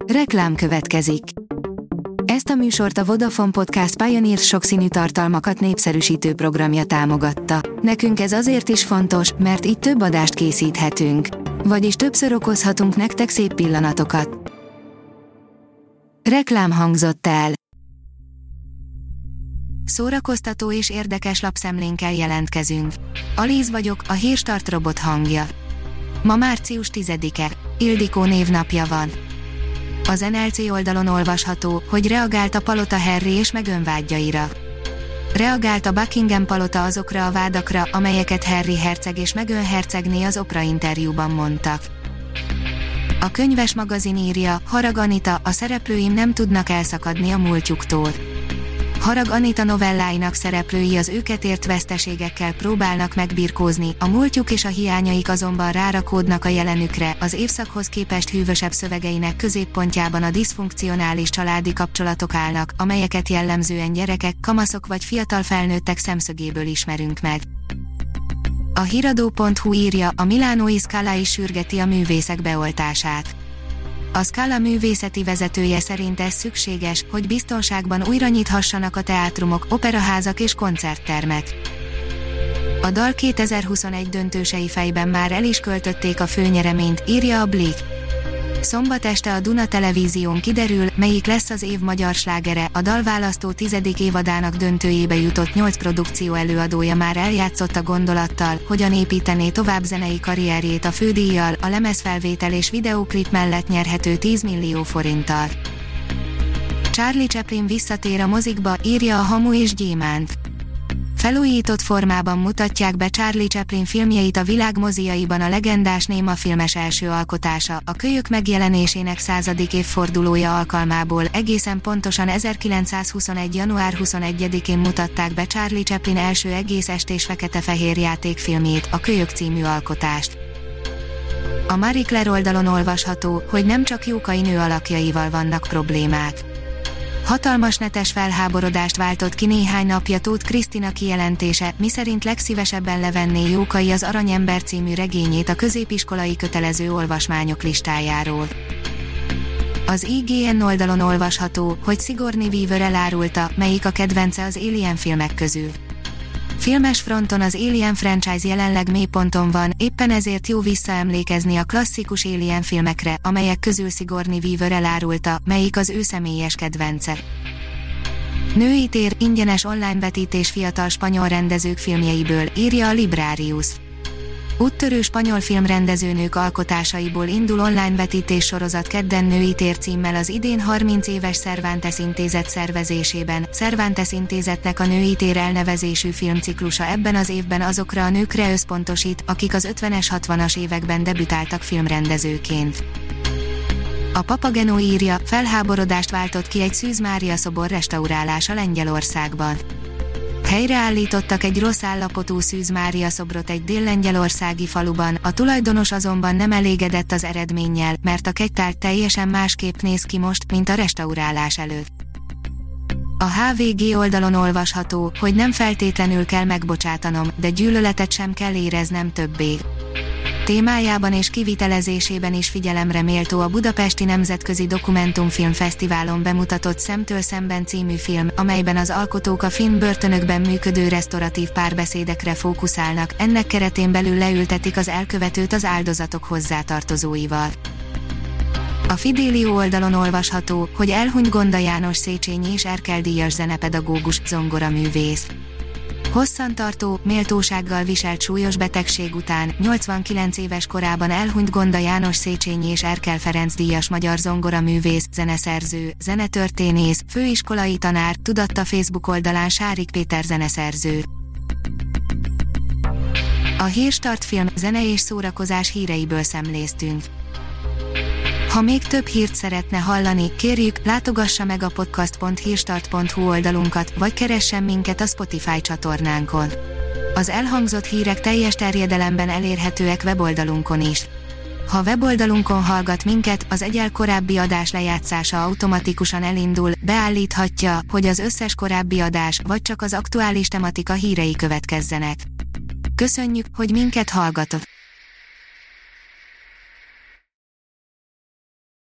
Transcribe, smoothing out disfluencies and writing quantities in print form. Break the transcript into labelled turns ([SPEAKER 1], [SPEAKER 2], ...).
[SPEAKER 1] Reklám következik. Ezt a műsort a Vodafone Podcast Pioneer sokszínű tartalmakat népszerűsítő programja támogatta. Nekünk ez azért is fontos, mert így több adást készíthetünk. Vagyis többször okozhatunk nektek szép pillanatokat. Reklám hangzott el. Szórakoztató és érdekes lapszemlénkkel jelentkezünk. Alíz vagyok, a Hírstart robot hangja. Ma március 10-e, Ildikó névnapja van. Az NLC oldalon olvasható, hogy reagált a palota Harry és Meghan vádjaira. Reagált a Buckingham palota azokra a vádakra, amelyeket Harry herceg és Meghan hercegné az Oprah interjúban mondtak. A Könyves magazin írja, Harag Anita, a szereplőim nem tudnak elszakadni a múltjuktól. Harag Anita novelláinak szereplői az őket ért veszteségekkel próbálnak megbirkózni, a múltjuk és a hiányaik azonban rárakódnak a jelenükre, az évszakhoz képest hűvösebb szövegeinek középpontjában a diszfunkcionális családi kapcsolatok állnak, amelyeket jellemzően gyerekek, kamaszok vagy fiatal felnőttek szemszögéből ismerünk meg. A hiradó.hu írja, a milánói Scala is sürgeti a művészek beoltását. A Scala művészeti vezetője szerint ez szükséges, hogy biztonságban újra nyithassanak a teátrumok, operaházak és koncerttermek. A dal 2021 döntősei fejben már el is költötték a főnyereményt, írja a Blick. Szombat este a Duna Televízión kiderül, melyik lesz az év magyar slágere, a dalválasztó 10. évadának döntőjébe jutott 8 produkció előadója már eljátszott a gondolattal, hogyan építené tovább zenei karrierjét a fődíjjal, a lemezfelvétel és videóklip mellett nyerhető 10 millió forinttal. Charlie Chaplin visszatér a mozikba, írja a Hamu és Gyémánt. Felújított formában mutatják be Charlie Chaplin filmjeit a világ moziaiban, a legendás némafilmes első alkotása, a Kölyök megjelenésének 100. évfordulója alkalmából, egészen pontosan 1921. január 21-én mutatták be Charlie Chaplin első egész estés fekete-fehér játékfilmjét, a Kölyök című alkotást. A Marie Claire oldalon olvasható, hogy nem csak Jókai nő alakjaival vannak problémák. Hatalmas netes felháborodást váltott ki néhány napja Tóth Krisztina kijelentése, miszerint legszívesebben levenné Jókai az Aranyember című regényét a középiskolai kötelező olvasmányok listájáról. Az IGN oldalon olvasható, hogy Sigourney Weaver elárulta, melyik a kedvence az Alien filmek közül. Filmes fronton az Alien franchise jelenleg mélyponton van, éppen ezért jó visszaemlékezni a klasszikus Alien filmekre, amelyek közül Sigourney Weaver elárulta, melyik az ő személyes kedvence. Női tér, ingyenes online vetítés fiatal spanyol rendezők filmjeiből, írja a Librarius. Úttörő spanyol filmrendezőnők alkotásaiból indul online vetítés sorozat kedden Női tér címmel az idén 30 éves Cervantes Intézet szervezésében. Cervantes Intézetnek a Női tér elnevezésű filmciklusa ebben az évben azokra a nőkre összpontosít, akik az 50-es 60-as években debütáltak filmrendezőként. A Papageno írja, felháborodást váltott ki egy Szűz Mária szobor restaurálása Lengyelországban. Helyreállítottak egy rossz állapotú Szűz Mária szobrot egy dél-lengyelországi faluban, a tulajdonos azonban nem elégedett az eredménnyel, mert a kegytár teljesen másképp néz ki most, mint a restaurálás előtt. A HVG oldalon olvasható, hogy nem feltétlenül kell megbocsátanom, de gyűlöletet sem kell éreznem többé. Témájában és kivitelezésében is figyelemre méltó a Budapesti Nemzetközi Dokumentumfilm Fesztiválon bemutatott Szemtől szemben című film, amelyben az alkotók a finn börtönökben működő resztoratív párbeszédekre fókuszálnak, ennek keretén belül leültetik az elkövetőt az áldozatok hozzátartozóival. A Fidelio oldalon olvasható, hogy elhunyt Gonda János Széchenyi és Erkel díjas zenepedagógus, zongoraművész. Hosszantartó, méltósággal viselt súlyos betegség után, 89 éves korában elhunyt Gonda János Széchenyi és Erkel Ferenc díjas magyar zongoraművész, zeneszerző, zenetörténész, főiskolai tanár, tudatta Facebook oldalán Sárik Péter zeneszerző. A Hírstart film, zene és szórakozás híreiből szemléztünk. Ha még több hírt szeretne hallani, kérjük, látogassa meg a podcast.hírstart.hu oldalunkat, vagy keressen minket a Spotify csatornánkon. Az elhangzott hírek teljes terjedelemben elérhetőek weboldalunkon is. Ha weboldalunkon hallgat minket, az egyel korábbi adás lejátszása automatikusan elindul, beállíthatja, hogy az összes korábbi adás, vagy csak az aktuális tematika hírei következzenek. Köszönjük, hogy minket hallgatott!